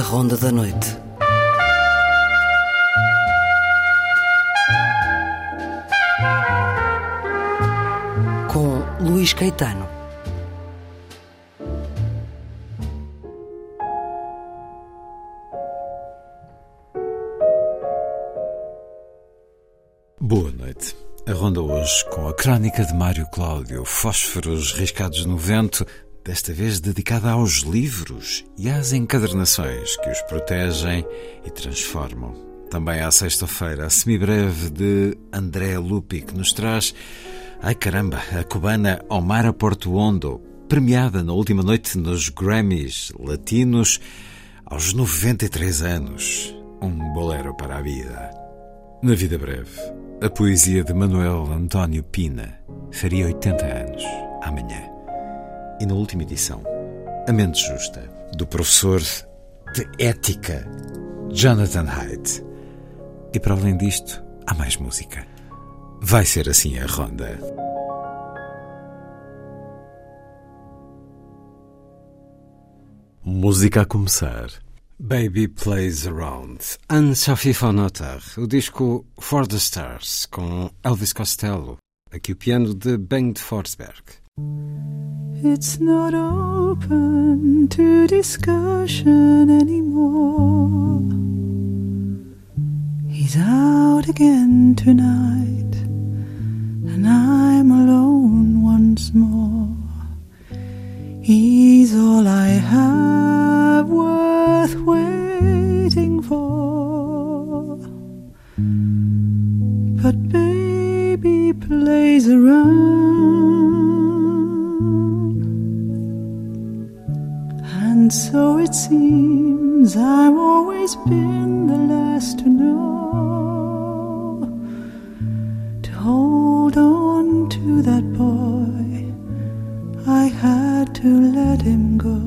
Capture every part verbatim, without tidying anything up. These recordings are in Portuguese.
Ronda da Noite. Com Luís Caetano. Boa noite. A ronda hoje com a crónica de Mário Cláudio, Fósforos riscados no vento, desta vez dedicada aos livros e às encadernações que os protegem e transformam. Também à sexta-feira, a semibreve de André Lupi, que nos traz, ai caramba, a cubana Omara Portuondo, premiada na última noite nos Grammys Latinos, aos noventa e três anos. Um bolero para a vida. Na vida breve, a poesia de Manuel António Pina faria oitenta anos amanhã. E na última edição, A Mente Justa, do professor de Ética, Jonathan Haidt. E para além disto, há mais música. Vai ser assim a ronda. Música a começar. Baby Plays Around, Anne-Sophie von Otter, o disco For the Stars, com Elvis Costello, aqui o piano de Bengt Forsberg. It's not open to discussion anymore. He's out again tonight, and I'm alone once more. He's all I have worth waiting for. But baby plays around, and so it seems I've always been the last to know. To hold on to that boy, I had to let him go.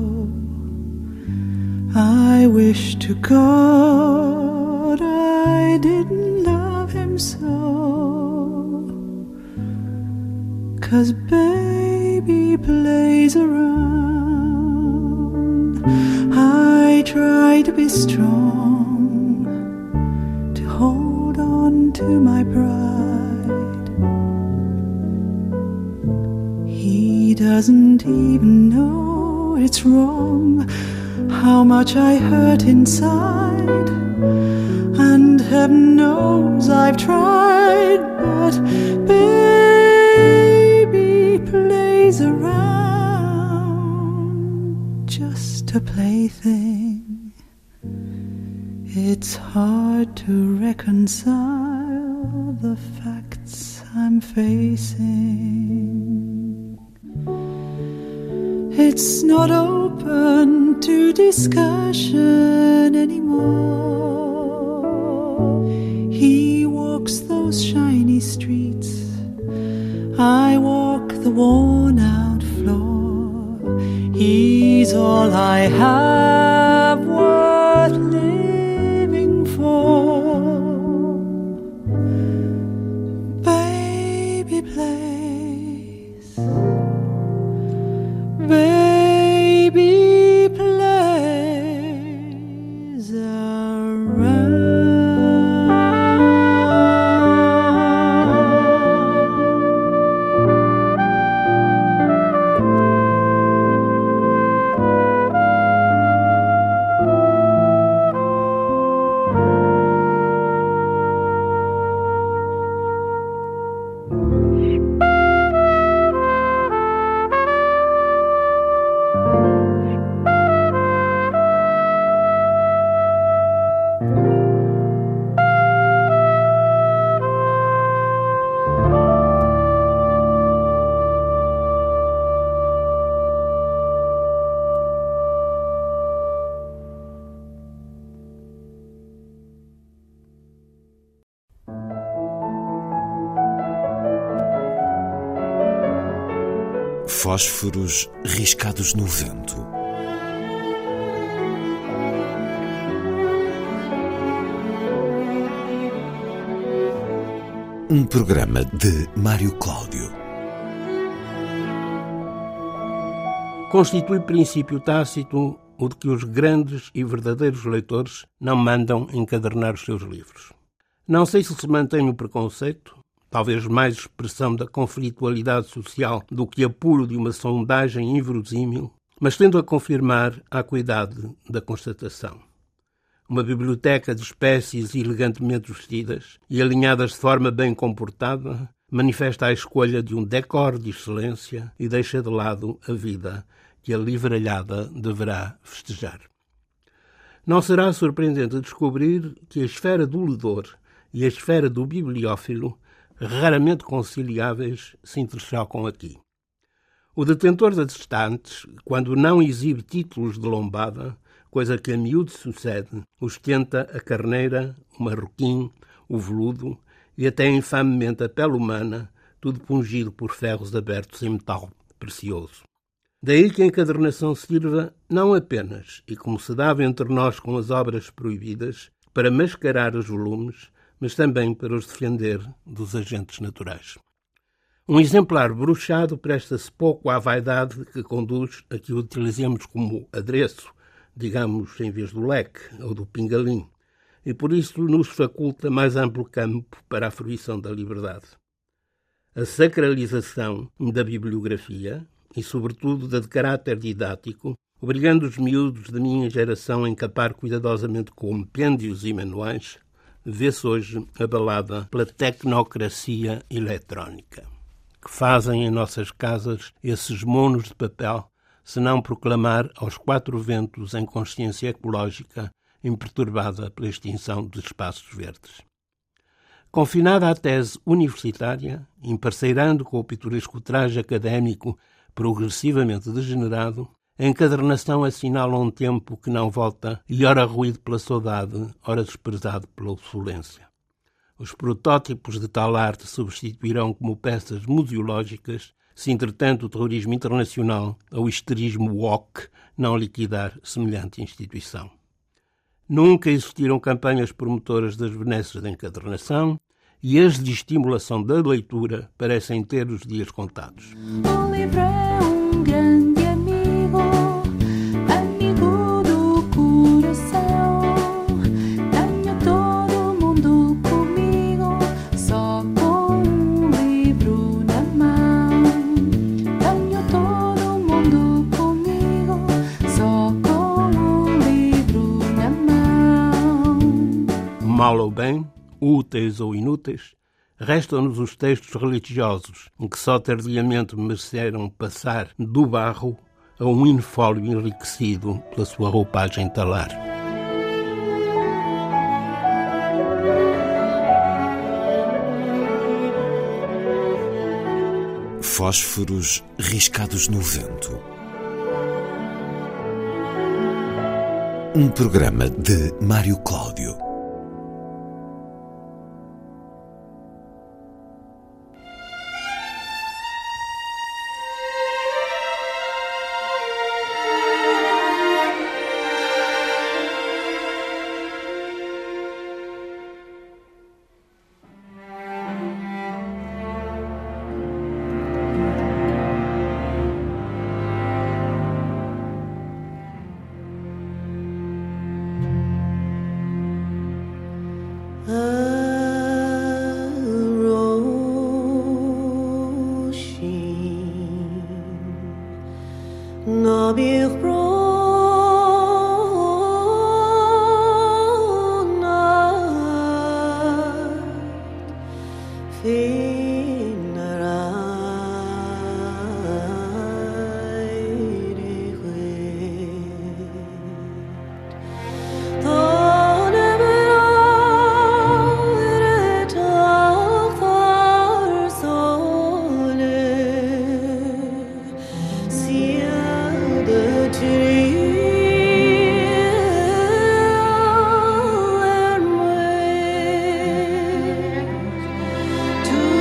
I wish to God I didn't love him so, 'cause baby plays around. I try to be strong, to hold on to my pride. He doesn't even know it's wrong, how much I hurt inside, and heaven knows I've tried, but baby plays around, just a plaything. It's hard to reconcile the facts I'm facing. It's not open to discussion anymore. He walks those shiny streets, I walk the worn-out floor. He's all I have worth living for. Baby plays, baby plays around. Fósforos riscados no vento. Um programa de Mário Cláudio. Constitui princípio tácito o de que os grandes e verdadeiros leitores não mandam encadernar os seus livros. Não sei se se mantém o preconceito, talvez mais expressão da conflitualidade social do que apuro de uma sondagem inverosímil, mas tendo a confirmar a acuidade da constatação. Uma biblioteca de espécies elegantemente vestidas e alinhadas de forma bem comportada manifesta a escolha de um decor de excelência e deixa de lado a vida que a livralhada deverá festejar. Não será surpreendente descobrir que a esfera do ledor e a esfera do bibliófilo, raramente conciliáveis, se interchocam aqui. O detentor das estantes, quando não exibe títulos de lombada, coisa que a miúdo sucede, ostenta a carneira, o marroquim, o veludo e até infamemente a pele humana, tudo pungido por ferros abertos em metal precioso. Daí que a encadernação sirva não apenas, e como se dava entre nós com as obras proibidas, para mascarar os volumes, mas também para os defender dos agentes naturais. Um exemplar bruxado presta-se pouco à vaidade que conduz a que o utilizemos como adereço, digamos, em vez do leque ou do pingalim, e por isso nos faculta mais amplo campo para a fruição da liberdade. A sacralização da bibliografia, e sobretudo da de caráter didático, obrigando os miúdos da minha geração a encapar cuidadosamente compêndios e manuais, vê-se hoje abalada pela tecnocracia eletrónica. Que fazem em nossas casas esses monos de papel, se não proclamar aos quatro ventos em consciência ecológica imperturbada pela extinção dos espaços verdes. Confinada à tese universitária, emparceirando com o pitoresco traje académico progressivamente degenerado, a encadernação assinala um tempo que não volta e ora ruído pela saudade, ora desprezado pela obsolência. Os protótipos de tal arte substituirão como peças museológicas se, entretanto, o terrorismo internacional ou o histerismo woke não liquidar semelhante instituição. Nunca existiram campanhas promotoras das benesses da encadernação e as de estimulação da leitura parecem ter os dias contados. O livro é um grande amigo, amigo do coração. Tenho todo mundo comigo, só com um livro na mão. Tenho todo mundo comigo, só com um livro na mão. Mal ou bem, úteis ou inúteis, restam-nos os textos religiosos, em que só tardiamente mereceram passar do barro a um infólio enriquecido pela sua roupagem talar. Fósforos riscados no vento. Um programa de Mário Cláudio. To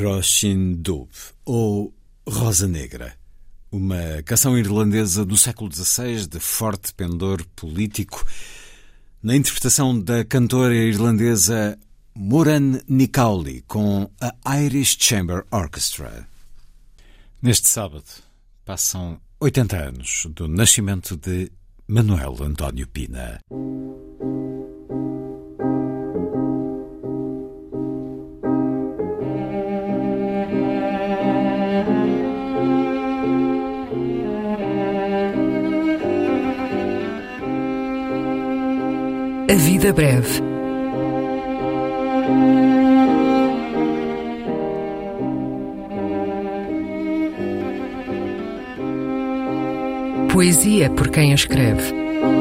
Róisín Dubh, ou Rosa Negra, uma canção irlandesa do século dezasseis de forte pendor político, na interpretação da cantora irlandesa Muireann Ní Cheollaigh com a Irish Chamber Orchestra. Neste sábado passam oitenta anos do nascimento de Manuel António Pina. A vida breve. Poesia por quem a escreve.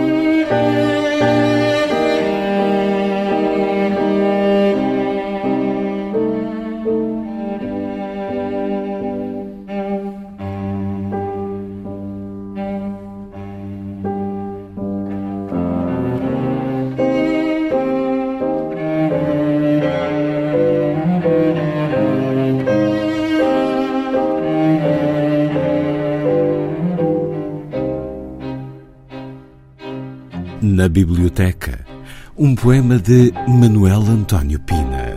Na Biblioteca, um poema de Manuel António Pina.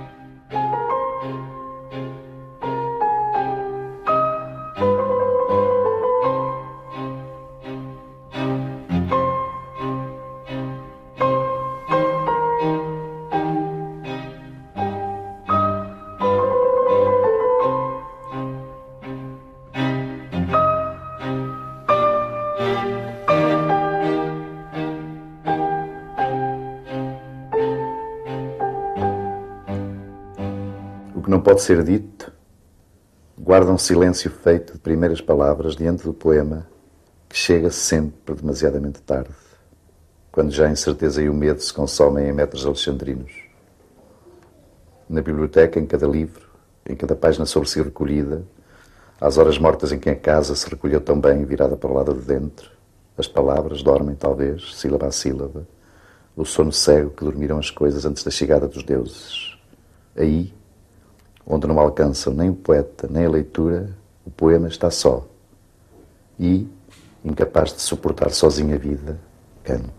Não pode ser dito, guarda um silêncio feito de primeiras palavras diante do poema que chega sempre demasiadamente tarde, quando já a incerteza e o medo se consomem em metros alexandrinos. Na biblioteca, em cada livro, em cada página sobre si recolhida, às horas mortas em que a casa se recolheu tão bem virada para o lado de dentro, as palavras dormem, talvez, sílaba a sílaba, o sono cego que dormiram as coisas antes da chegada dos deuses. Aí, onde não alcançam nem o poeta, nem a leitura, o poema está só. E, incapaz de suportar sozinho a vida, canta.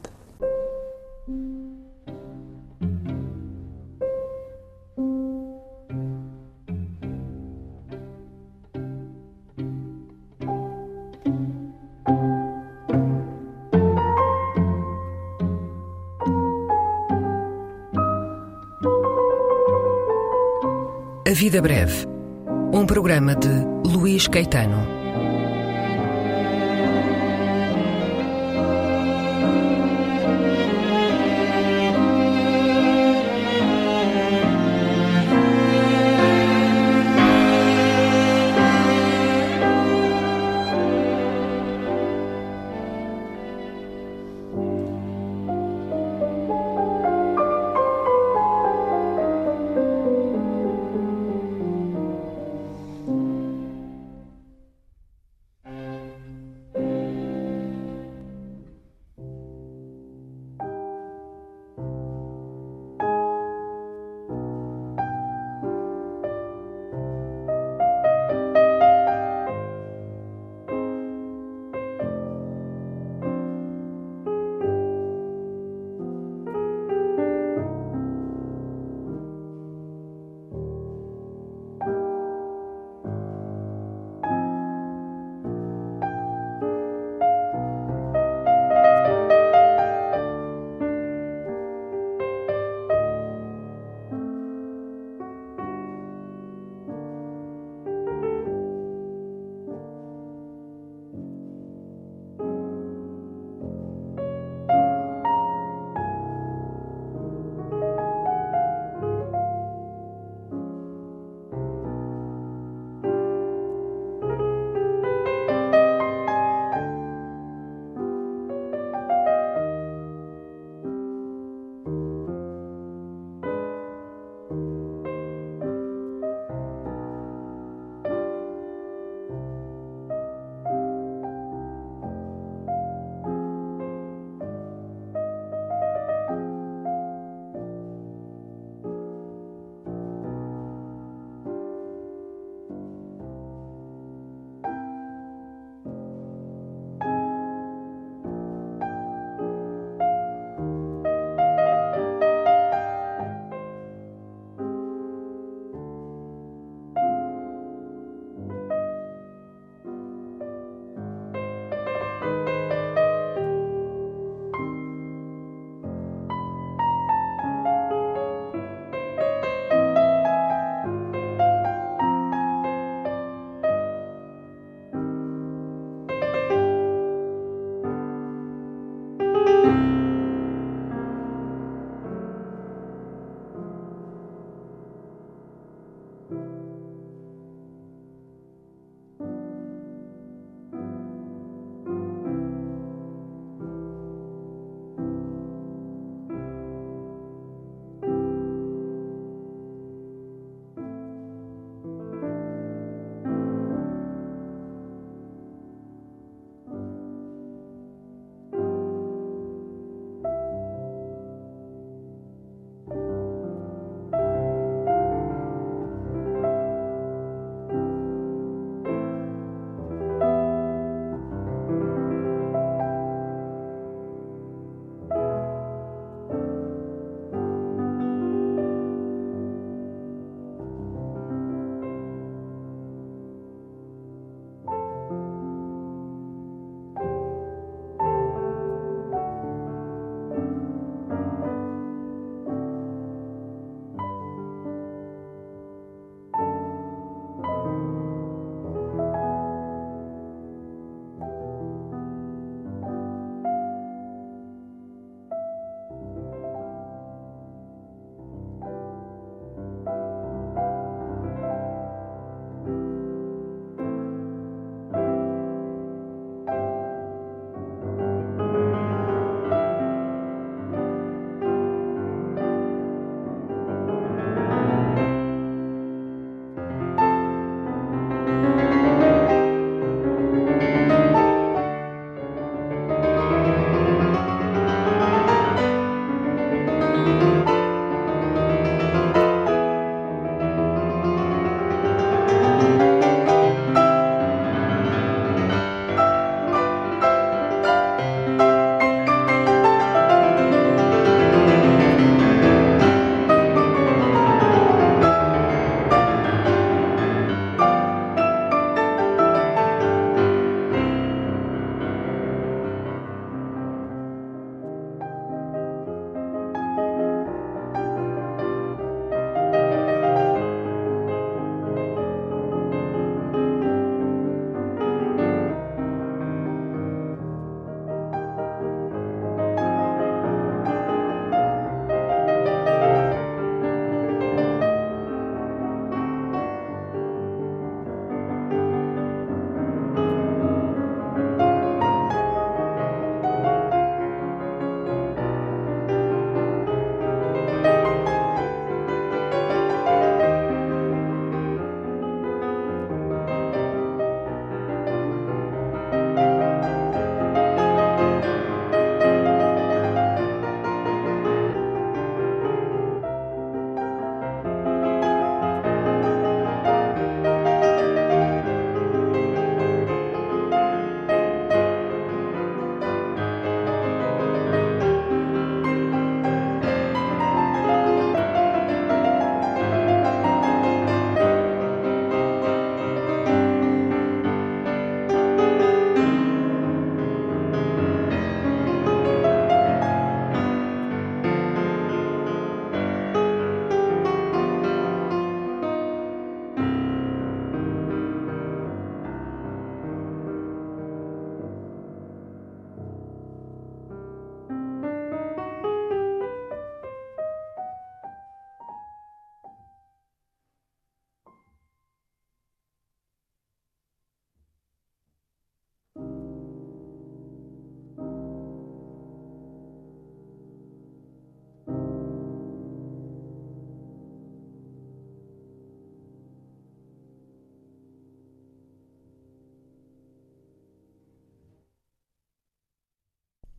A Vida Breve, um programa de Luís Caetano.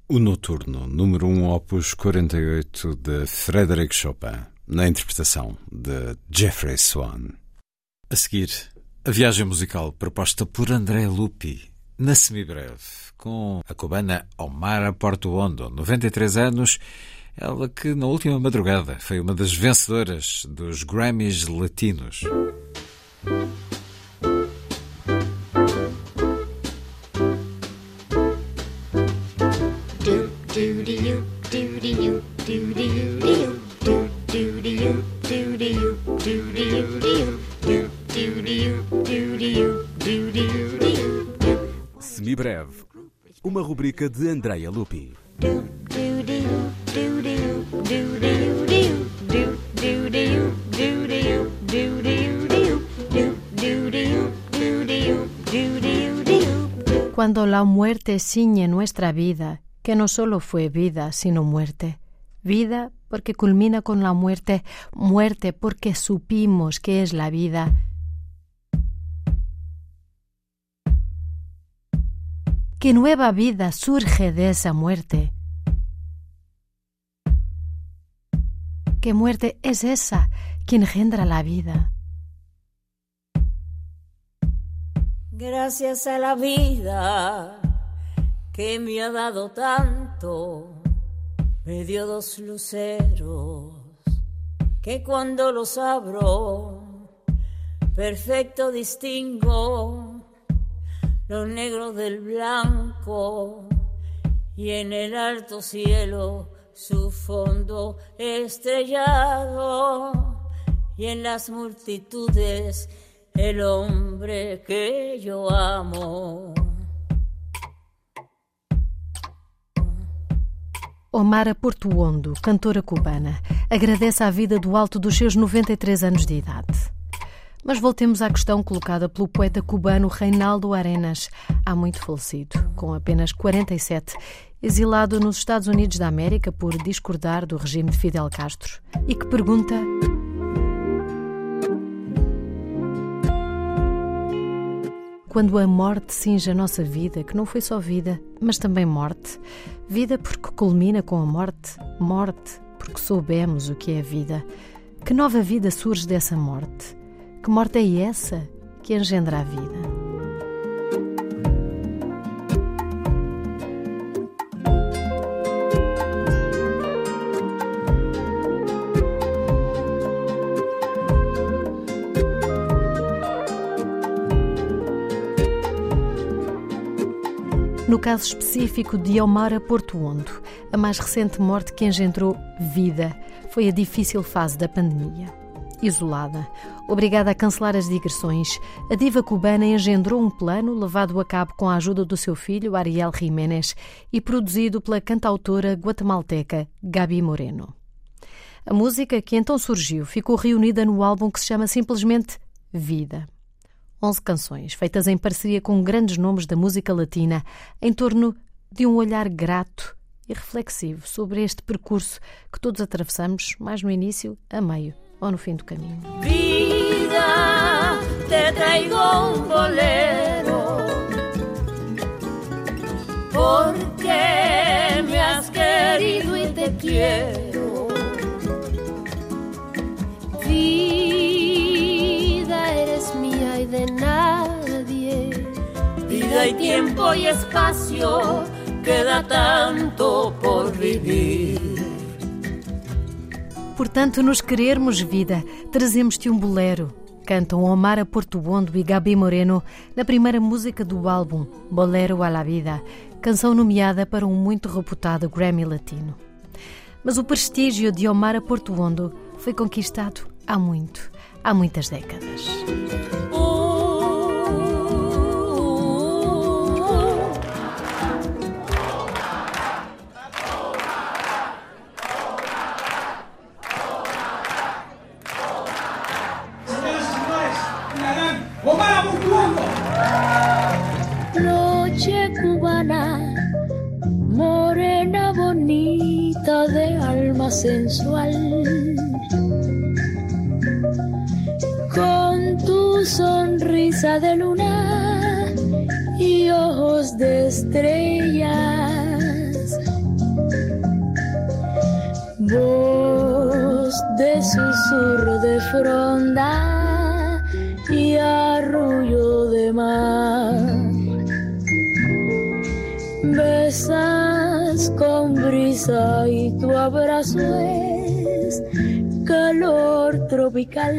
O Noturno, número um, opus quarenta e oito, de Frédéric Chopin, na interpretação de Jeffrey Swan. A seguir, a viagem musical proposta por Andrea Lupi, na semibreve, com a cubana Omara Portuondo, noventa e três anos, ela que na última madrugada foi uma das vencedoras dos Grammys latinos. Semibreve, uma rubrica de Andrea Lupi. Cuando la muerte ciñe nuestra vida, que no solo fue vida, sino muerte. Vida porque culmina con la muerte, muerte porque supimos que es la vida. Que nueva vida surge de esa muerte. Que muerte es esa que engendra la vida. Gracias a la vida que me ha dado tanto, me dio dos luceros que cuando los abro, perfecto distingo lo negro del blanco y en el alto cielo su fondo estrellado y en las multitudes el hombre que yo amo. Omara Portuondo, cantora cubana, agradece à vida do alto dos seus noventa e três anos de idade. Mas voltemos à questão colocada pelo poeta cubano Reinaldo Arenas, há muito falecido, com apenas quarenta e sete, exilado nos Estados Unidos da América por discordar do regime de Fidel Castro, e que pergunta: quando a morte cinge a nossa vida, que não foi só vida, mas também morte, vida porque culmina com a morte, morte porque soubemos o que é a vida, que nova vida surge dessa morte? Que morte é essa que engendra a vida? No caso específico de Omara Portuondo, a mais recente morte que engendrou vida foi a difícil fase da pandemia. Isolada, obrigada a cancelar as digressões, a diva cubana engendrou um plano levado a cabo com a ajuda do seu filho, Ariel Jiménez, e produzido pela cantautora guatemalteca Gaby Moreno. A música que então surgiu ficou reunida no álbum que se chama simplesmente Vida. Onze canções, feitas em parceria com grandes nomes da música latina, em torno de um olhar grato e reflexivo sobre este percurso que todos atravessamos, mais no início, a meio ou no fim do caminho. Vida, te traigo un bolero, porque me has querido y te quiero. Vida, eres mía y de nadie. Vida y tiempo y espacio, queda tanto por vivir. Portanto, nos querermos vida, trazemos-te um bolero. Cantam Omara Portuondo e Gaby Moreno na primeira música do álbum, Bolero a la Vida, canção nomeada para um muito reputado Grammy Latino. Mas o prestígio de Omara Portuondo foi conquistado há muito, há muitas décadas. Noche cubana, morena bonita de alma sensual, con tu sonrisa de luna y ojos de estrellas, voz de susurro de fronda y arrullo de mar. Besas con brisa y tu abrazo es calor tropical.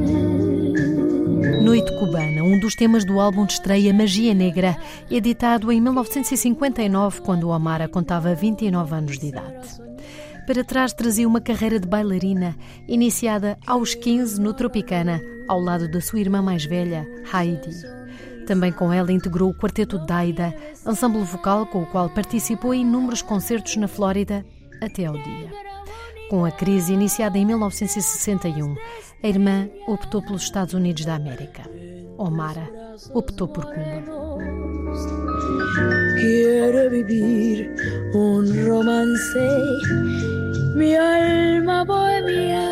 Noite Cubana, um dos temas do álbum de estreia Magia Negra, editado em mil novecentos e cinquenta e nove, quando Omara contava vinte e nove anos de idade. Para trás trazia uma carreira de bailarina, iniciada aos quinze no Tropicana, ao lado da sua irmã mais velha, Heidi. Também com ela integrou o Quarteto Daida, ensemble vocal com o qual participou em inúmeros concertos na Flórida até ao dia. Com a crise iniciada em mil novecentos e sessenta e um, a irmã optou pelos Estados Unidos da América. Omara optou por Cuba. Quiero vivir un romance, mi alma bohemia.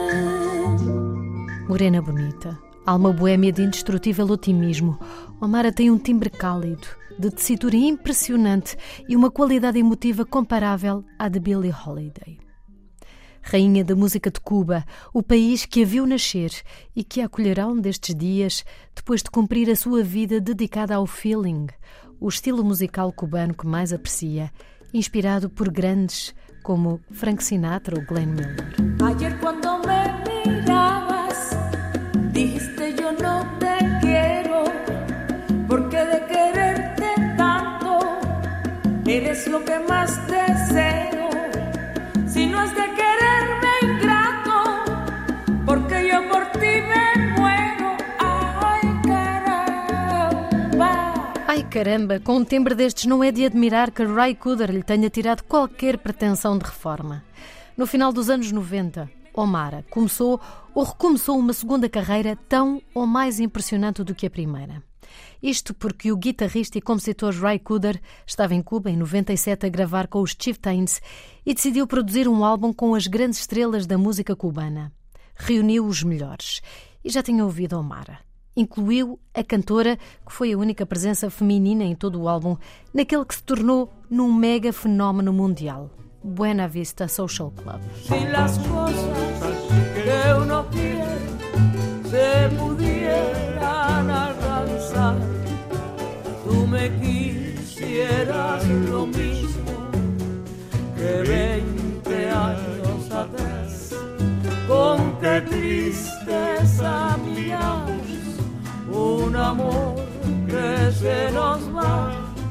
Morena bonita, alma boêmia de indestrutível otimismo, Omara tem um timbre cálido, de tessitura impressionante e uma qualidade emotiva comparável à de Billie Holiday. Rainha da música de Cuba, o país que a viu nascer e que a acolherá um destes dias, depois de cumprir a sua vida dedicada ao feeling, o estilo musical cubano que mais aprecia, inspirado por grandes como Frank Sinatra ou Glenn Miller. Ayer cuando me mirabas, dijiste yo no te quiero, porque de quererte tanto, eres lo que más deseo. Si no es de quererme ingrato, porque yo por ti me muero. Ay, caramba. Ai, caramba, com um timbre destes não é de admirar que Ry Cooder lhe tenha tirado qualquer pretensão de reforma. No final dos anos noventa, Omara começou ou recomeçou uma segunda carreira tão ou mais impressionante do que a primeira. Isto porque o guitarrista e compositor Ry Cooder estava em Cuba em noventa e sete a gravar com os Chieftains e decidiu produzir um álbum com as grandes estrelas da música cubana. Reuniu os melhores e já tinha ouvido Omara. Incluiu a cantora, que foi a única presença feminina em todo o álbum, naquele que se tornou num mega fenómeno mundial, Buena Vista Social Club. Si las cosas que uno quiere se pudieran alcanzar, tú me quisieras lo mismo que veinte años atrás. Con qué tristeza miramos un amor que se nos va.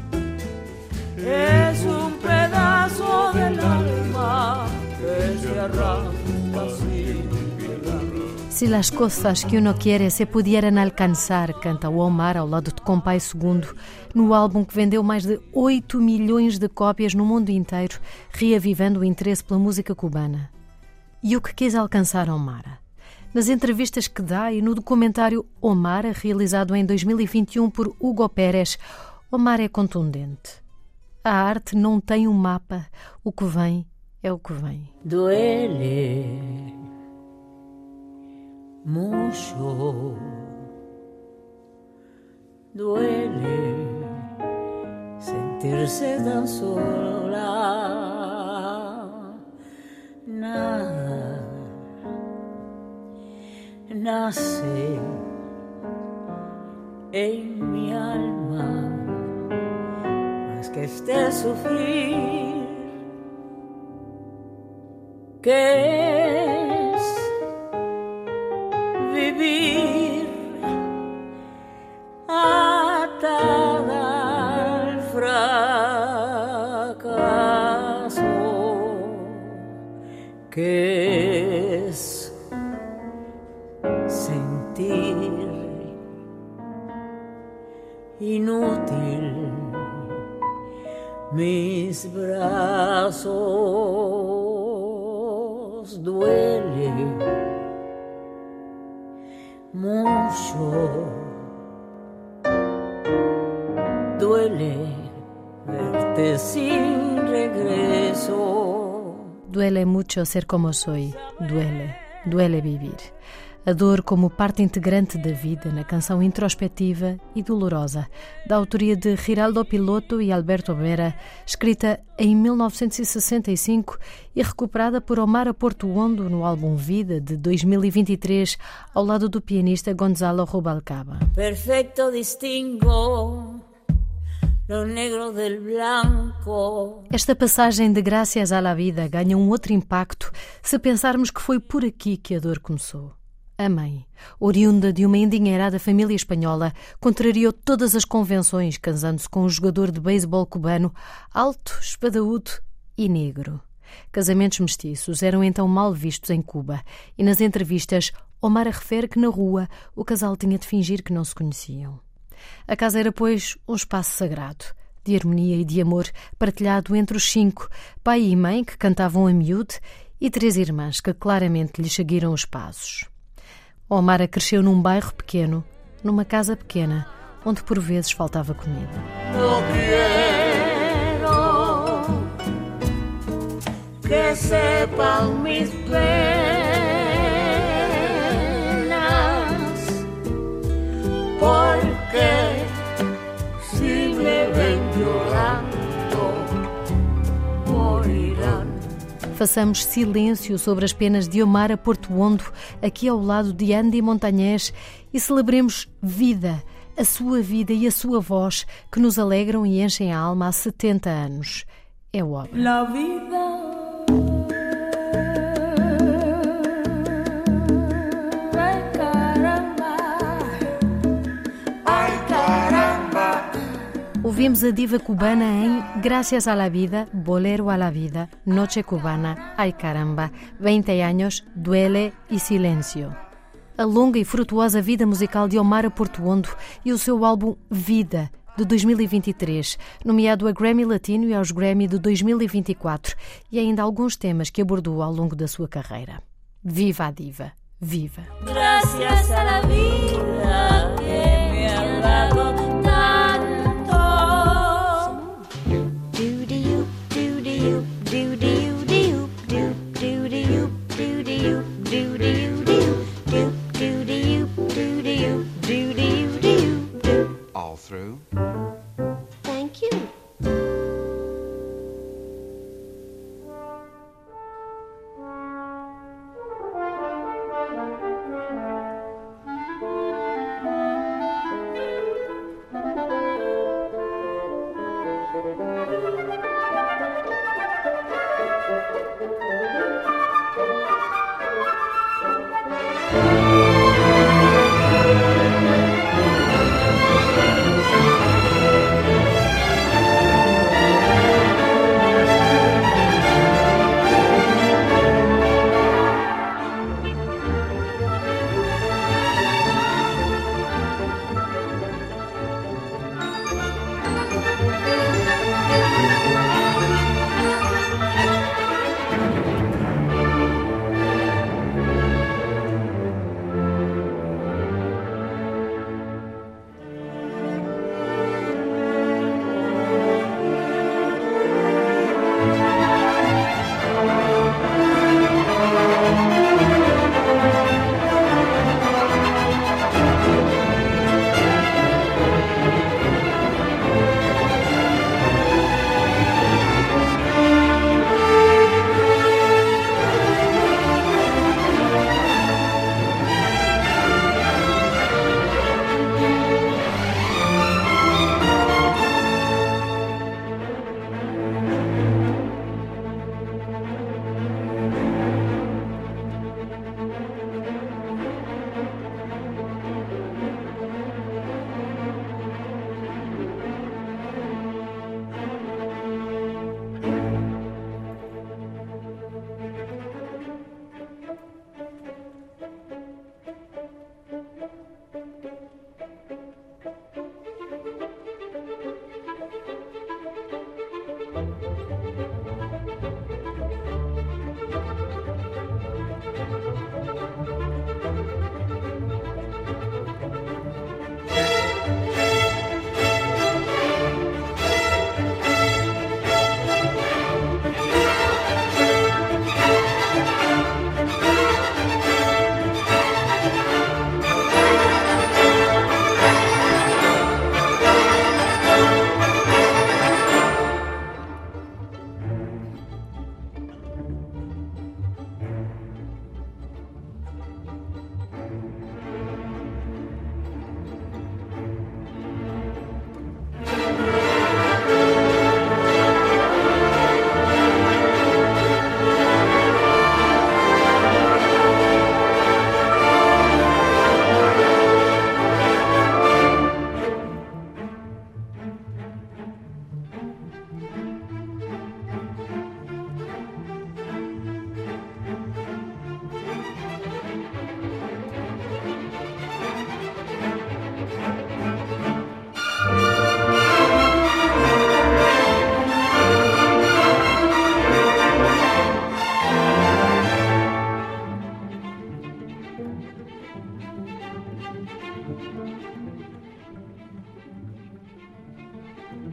Es un pedazo del alma que se arranca sin piedad. Si las cosas que uno quiere se pudieran alcançar, canta o Omar ao lado de Compay segundo, no álbum que vendeu mais de oito milhões de cópias no mundo inteiro, reavivando o interesse pela música cubana. E o que quis alcançar Omara? Nas entrevistas que dá e no documentário Omara, realizado em dois mil e vinte e um por Hugo Pérez, Omara é contundente. A arte não tem um mapa, o que vem é o que vem. Duele mucho, duele sentirse tan sola, nada nace en mi alma más que este sufrir, que es vivir atada al fracaso, que es sentir inútil mis brazos. Duele mucho, duele verte sin regreso. Duele mucho ser como soy, duele, duele vivir. A dor como parte integrante da vida na canção introspectiva e dolorosa, da autoria de Giraldo Piloto e Alberto Vera, escrita em mil novecentos e sessenta e cinco e recuperada por Omar Portuondo no álbum Vida, de dois mil e vinte e três, ao lado do pianista Gonzalo Rubalcaba. Perfecto distingo lo negro del blanco. Esta passagem de Gracias a la Vida ganha um outro impacto se pensarmos que foi por aqui que a dor começou. A mãe, oriunda de uma endinheirada família espanhola, contrariou todas as convenções, casando-se com um jogador de beisebol cubano, alto, espadaúdo e negro. Casamentos mestiços eram então mal vistos em Cuba, e nas entrevistas, Omar refere que na rua o casal tinha de fingir que não se conheciam. A casa era, pois, um espaço sagrado, de harmonia e de amor, partilhado entre os cinco, pai e mãe que cantavam a miúde, e três irmãs que claramente lhe seguiram os passos. Omar cresceu num bairro pequeno, numa casa pequena, onde por vezes faltava comida. No quero que sepan mis penas, porque si me ven llorando, morirán. Façamos silêncio sobre as penas de Omar Portuondo, aqui ao lado de Andy Montañés, e celebremos vida, a sua vida e a sua voz, que nos alegram e enchem a alma há setenta anos. É o obra. La vida. Ouvimos a diva cubana em Gracias a la Vida, Bolero a la Vida, Noche Cubana, Ay Caramba, vinte anos, Duele e Silêncio. A longa e frutuosa vida musical de Omar Portuondo e o seu álbum Vida, de dois mil e vinte e três, nomeado a Grammy Latino e aos Grammy de dois mil e vinte e quatro, e ainda alguns temas que abordou ao longo da sua carreira. Viva a diva, viva! Gracias a la vida que me ha dado tanto. All through. Thank you.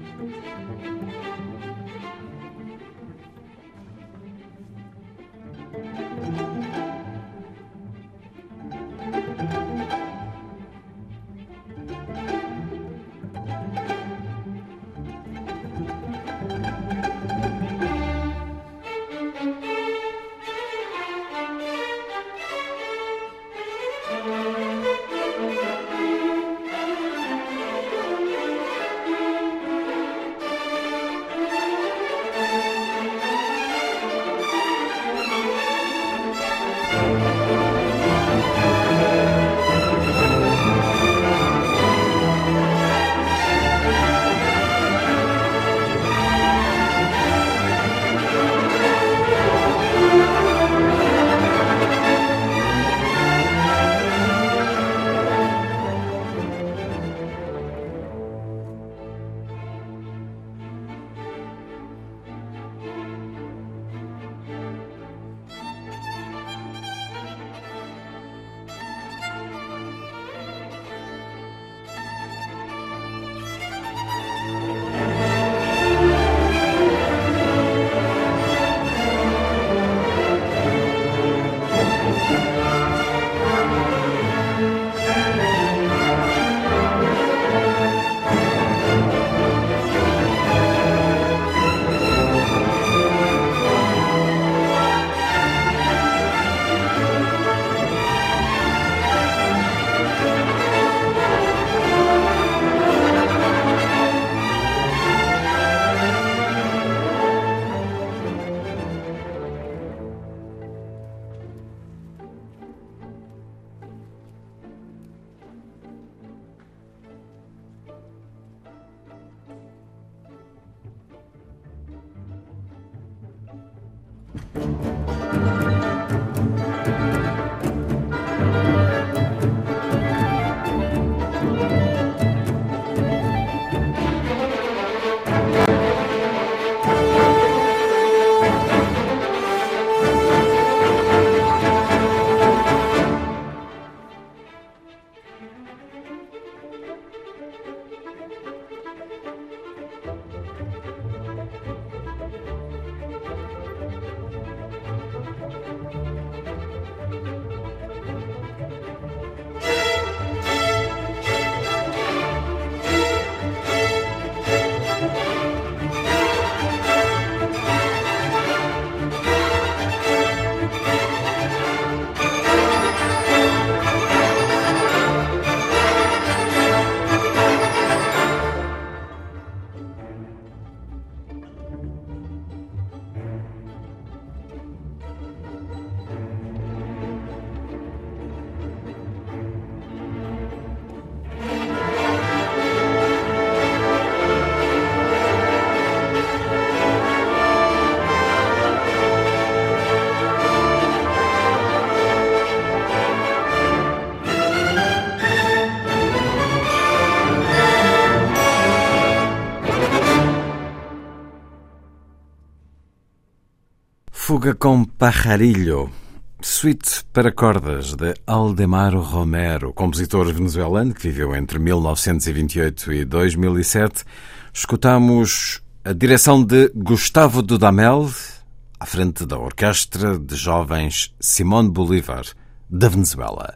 Fuga com Pajarillo, suíte para cordas de Aldemaro Romero, compositor venezuelano que viveu entre mil novecentos e vinte e oito e dois mil e sete. Escutamos a direção de Gustavo Dudamel, à frente da orquestra de jovens Simón Bolívar, da Venezuela.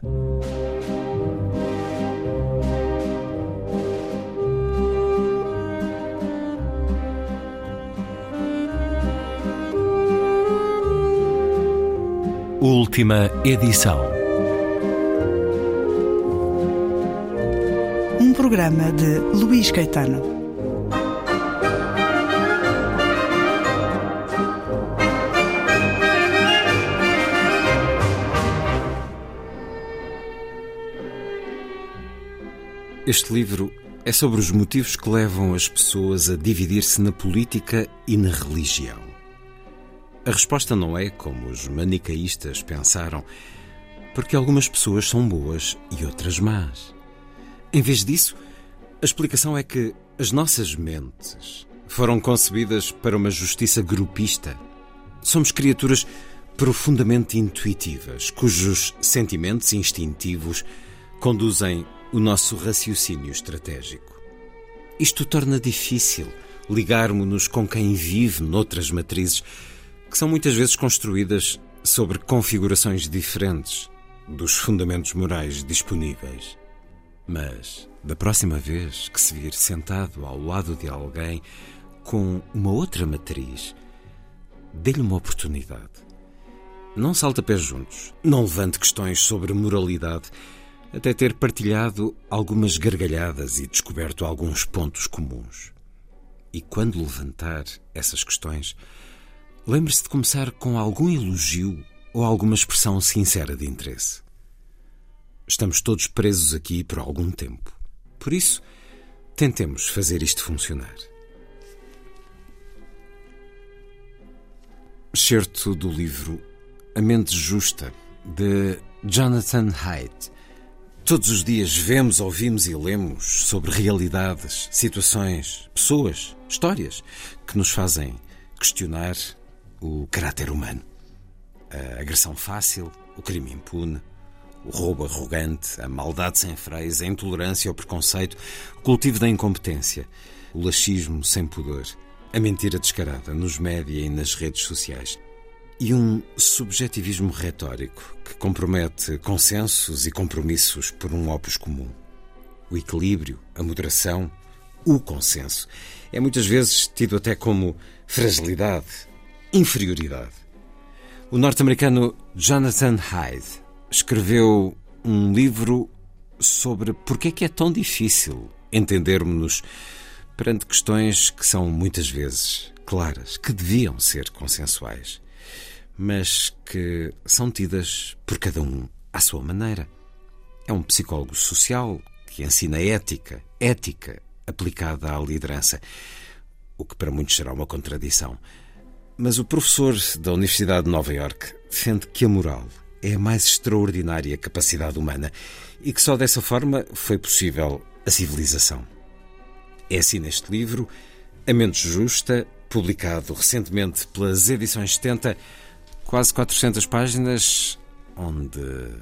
Última edição. Um programa de Luís Caetano. Este livro é sobre os motivos que levam as pessoas a dividir-se na política e na religião. A resposta não é como os manicaístas pensaram, porque algumas pessoas são boas e outras más. Em vez disso, a explicação é que as nossas mentes foram concebidas para uma justiça grupista. Somos criaturas profundamente intuitivas, cujos sentimentos instintivos conduzem o nosso raciocínio estratégico. isto torna difícil ligarmos-nos com quem vive noutras matrizes que são muitas vezes construídas sobre configurações diferentes dos fundamentos morais disponíveis. Mas, da próxima vez que se vir sentado ao lado de alguém com uma outra matriz, dê-lhe uma oportunidade. Não salte a pés juntos, não levante questões sobre moralidade, até ter partilhado algumas gargalhadas e descoberto alguns pontos comuns. E quando levantar essas questões, lembre-se de começar com algum elogio ou alguma expressão sincera de interesse. Estamos todos presos aqui por algum tempo. Por isso, tentemos fazer isto funcionar. Excerto do livro A Mente Justa, de Jonathan Haidt. Todos os dias vemos, ouvimos e lemos sobre realidades, situações, pessoas, histórias que nos fazem questionar o caráter humano. A agressão fácil, o crime impune, o roubo arrogante, a maldade sem freios, a intolerância, o preconceito, o cultivo da incompetência, o laxismo sem pudor, a mentira descarada nos média e nas redes sociais e um subjetivismo retórico que compromete consensos e compromissos por um opus comum. O equilíbrio, a moderação, o consenso é muitas vezes tido até como fragilidade, inferioridade. O norte-americano Jonathan Haidt escreveu um livro sobre porque é que é tão difícil entendermos-nos perante questões que são muitas vezes claras, que deviam ser consensuais, mas que são tidas por cada um à sua maneira. É um psicólogo social que ensina ética, ética aplicada à liderança, o que para muitos será uma contradição. Mas o professor da Universidade de Nova Iorque defende que a moral é a mais extraordinária capacidade humana e que só dessa forma foi possível a civilização. É assim neste livro, A Mente Justa, publicado recentemente pelas edições setenta, quase quatrocentas páginas, onde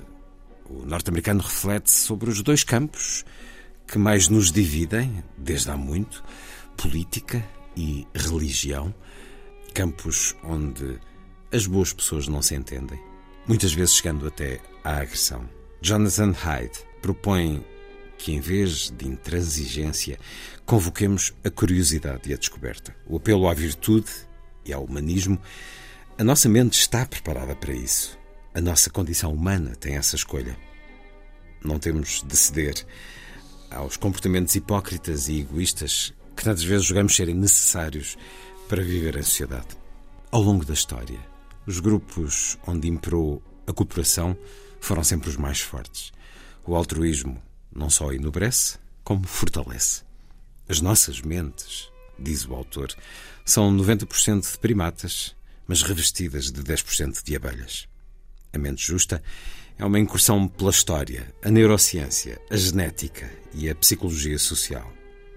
o norte-americano reflete sobre os dois campos que mais nos dividem, desde há muito, política e religião, campos onde as boas pessoas não se entendem, muitas vezes chegando até à agressão. Jonathan Haidt propõe que, em vez de intransigência, convoquemos a curiosidade e a descoberta, o apelo à virtude e ao humanismo. A nossa mente está preparada para isso. A nossa condição humana tem essa escolha. Não temos de ceder aos comportamentos hipócritas e egoístas que tantas vezes julgamos serem necessários para viver em sociedade. Ao longo da história, os grupos onde imperou a cooperação foram sempre os mais fortes. O altruísmo não só enobrece, como fortalece. As nossas mentes, diz o autor, são noventa por cento de primatas, mas revestidas de dez por cento de abelhas. A mente justa é uma incursão pela história, a neurociência, a genética e a psicologia social.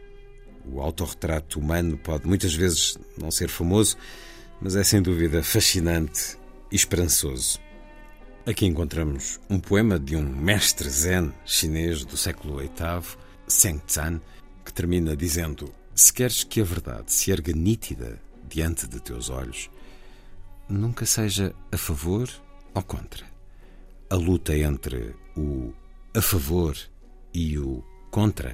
O autorretrato humano pode muitas vezes não ser famoso, mas é sem dúvida fascinante e esperançoso. Aqui encontramos um poema de um mestre zen chinês do século oitavo, Zheng Zan, que termina dizendo: se queres que a verdade se erga nítida diante de teus olhos, nunca seja a favor ou contra. A luta entre o a favor e o contra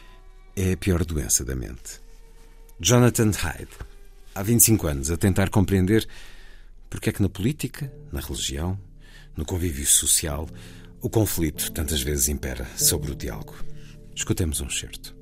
é a pior doença da mente. Jonathan Haidt, há vinte e cinco anos, a tentar compreender porque é que na política, na religião, no convívio social, o conflito tantas vezes impera sobre o diálogo. Escutemos um excerto.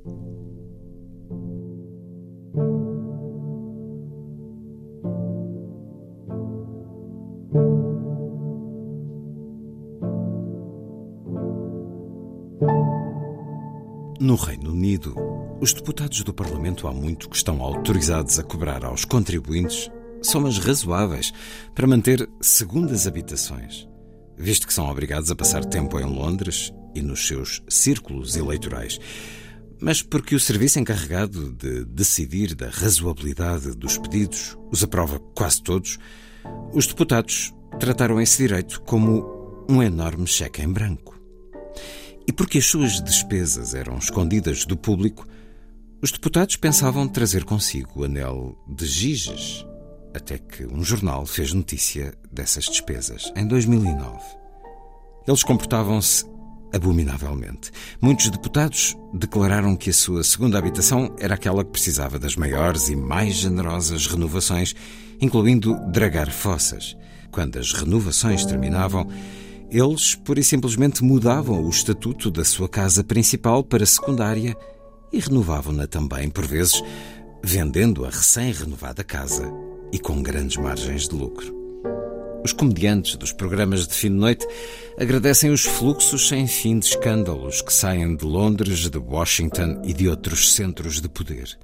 No Reino Unido, os deputados do Parlamento há muito que estão autorizados a cobrar aos contribuintes somas razoáveis para manter segundas habitações, visto que são obrigados a passar tempo em Londres e nos seus círculos eleitorais, mas porque o serviço encarregado de decidir da razoabilidade dos pedidos os aprova quase todos, os deputados trataram esse direito como um enorme cheque em branco. E porque as suas despesas eram escondidas do público, Os deputados pensavam trazer consigo o anel de Giges, até que um jornal fez notícia dessas despesas, em dois mil e nove. Eles comportavam-se abominavelmente. Muitos deputados declararam que a sua segunda habitação era aquela que precisava das maiores e mais generosas renovações, incluindo dragar fossas. Quando as renovações terminavam, eles pura e simplesmente mudavam o estatuto da sua casa principal para secundária e renovavam-na também, por vezes, vendendo a recém-renovada casa e com grandes margens de lucro. Os comediantes dos programas de fim de noite agradecem os fluxos sem fim de escândalos que saem de Londres, de Washington e de outros centros de poder.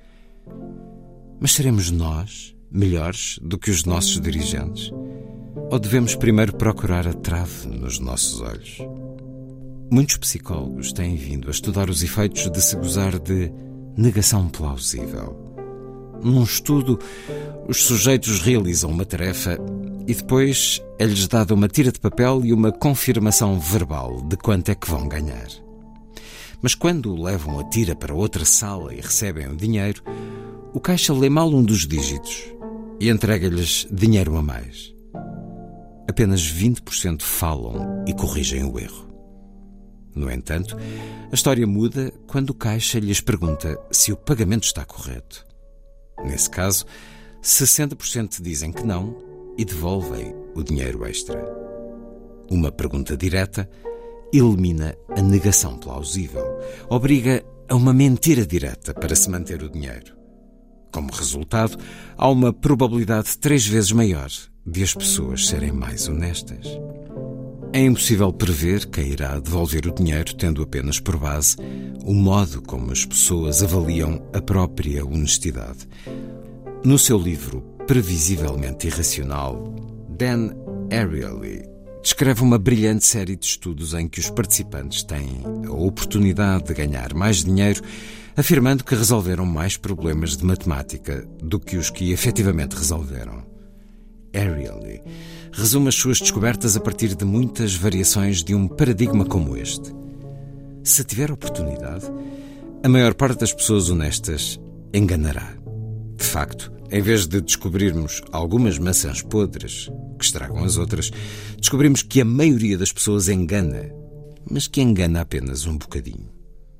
Mas seremos nós melhores do que os nossos dirigentes? Ou devemos primeiro procurar a trave nos nossos olhos? Muitos psicólogos têm vindo a estudar os efeitos de se gozar de negação plausível. Num estudo, os sujeitos realizam uma tarefa e depois é-lhes dada uma tira de papel e uma confirmação verbal de quanto é que vão ganhar. Mas quando levam a tira para outra sala e recebem o dinheiro, o caixa lê mal um dos dígitos e entrega-lhes dinheiro a mais. Apenas vinte por cento falam e corrigem o erro. No entanto, a história muda quando o caixa lhes pergunta se o pagamento está correto. Nesse caso, sessenta por cento dizem que não e devolvem o dinheiro extra. Uma pergunta direta elimina a negação plausível, obriga a uma mentira direta para se manter o dinheiro. Como resultado, há uma probabilidade três vezes maior de as pessoas serem mais honestas. É impossível prever quem irá devolver o dinheiro tendo apenas por base o modo como as pessoas avaliam a própria honestidade. No seu livro Previsivelmente Irracional, Dan Ariely descreve uma brilhante série de estudos em que os participantes têm a oportunidade de ganhar mais dinheiro, afirmando que resolveram mais problemas de matemática do que os que efetivamente resolveram. Ariely resume as suas descobertas a partir de muitas variações de um paradigma como este. Se tiver oportunidade, a maior parte das pessoas honestas enganará. De facto, em vez de descobrirmos algumas maçãs podres que estragam as outras, descobrimos que a maioria das pessoas engana, mas que engana apenas um bocadinho.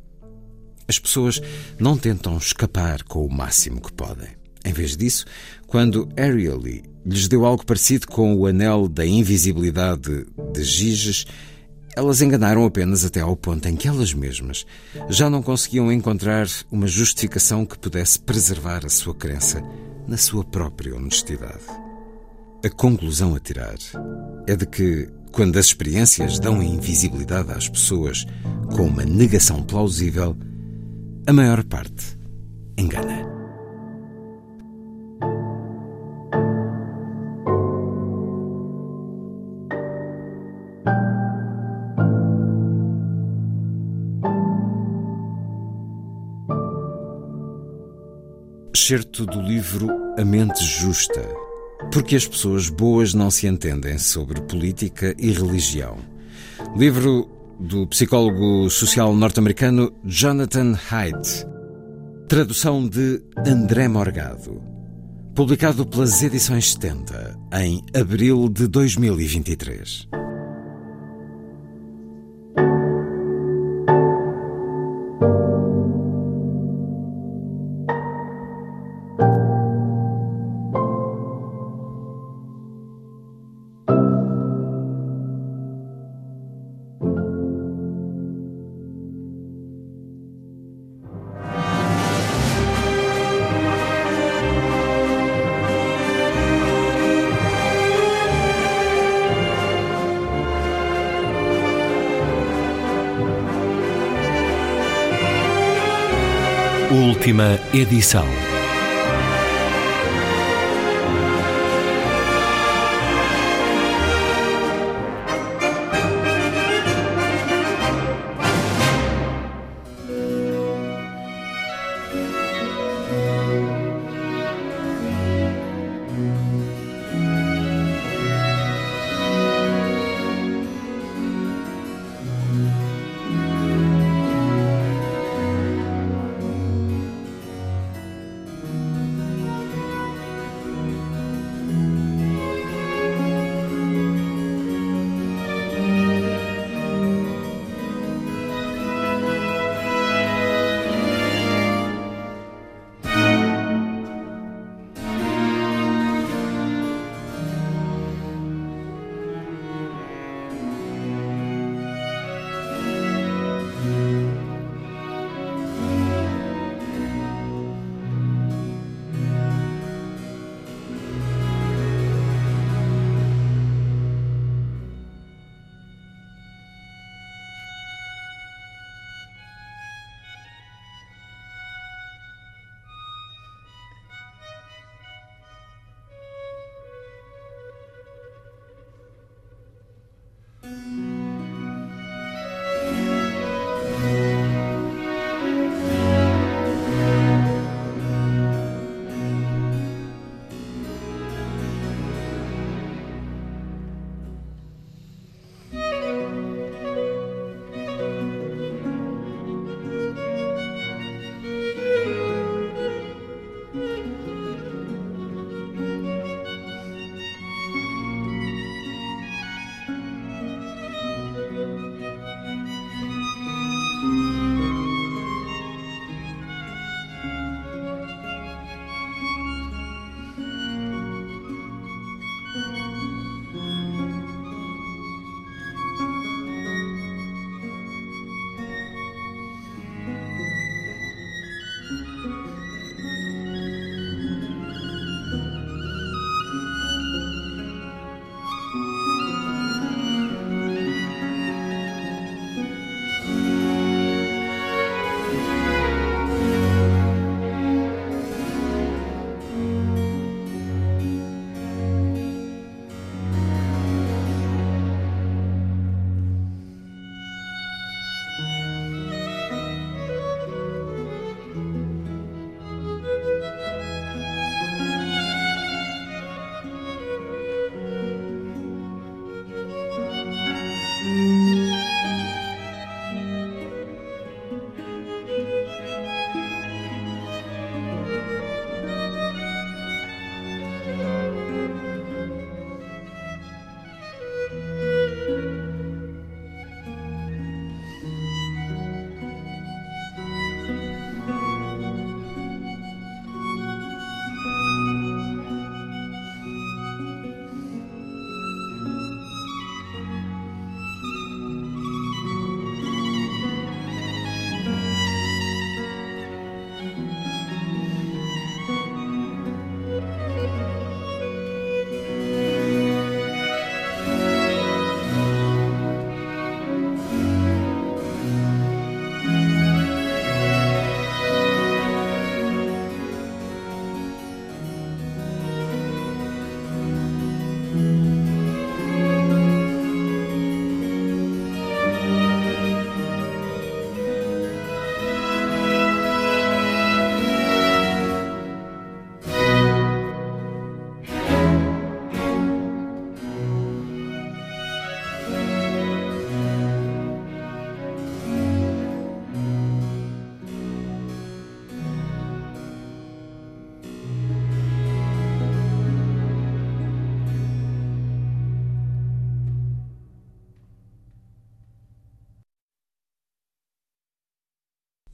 As pessoas não tentam escapar com o máximo que podem. Em vez disso, quando Ariely lhes deu algo parecido com o anel da invisibilidade de Giges, elas enganaram apenas até ao ponto em que elas mesmas já não conseguiam encontrar uma justificação que pudesse preservar a sua crença na sua própria honestidade. A conclusão a tirar é de que, quando as experiências dão a invisibilidade às pessoas com uma negação plausível, a maior parte engana. Excerto do livro A Mente Justa. Porque as pessoas boas não se entendem sobre política e religião. Livro do psicólogo social norte-americano Jonathan Haidt. Tradução de André Morgado. Publicado pelas Edições setenta, em abril de dois mil e vinte e três. Última edição.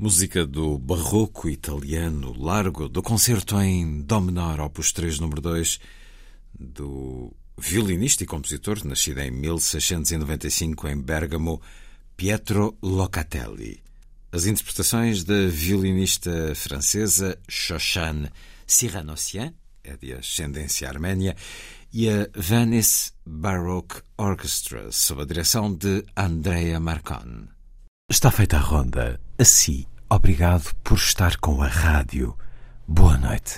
Música do barroco italiano Largo, do concerto em Dó menor, opus três, número dois, do violinista e compositor, nascido em mil seiscentos e noventa e cinco em Bergamo, Pietro Locatelli. As interpretações da violinista francesa Shoshane Siranossian, é de ascendência arménia, e a Venice Baroque Orchestra, sob a direção de Andrea Marcon. Está feita a ronda. Assim, obrigado por estar com a rádio. Boa noite.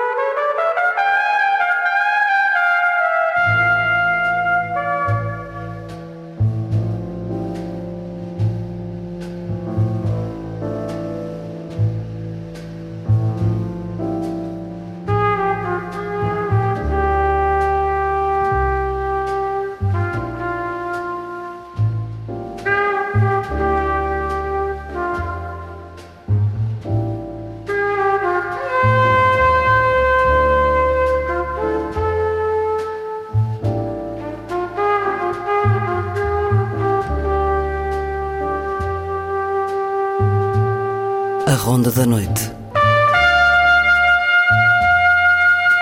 A Ronda da Noite.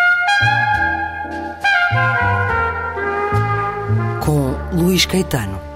Com Luís Caetano.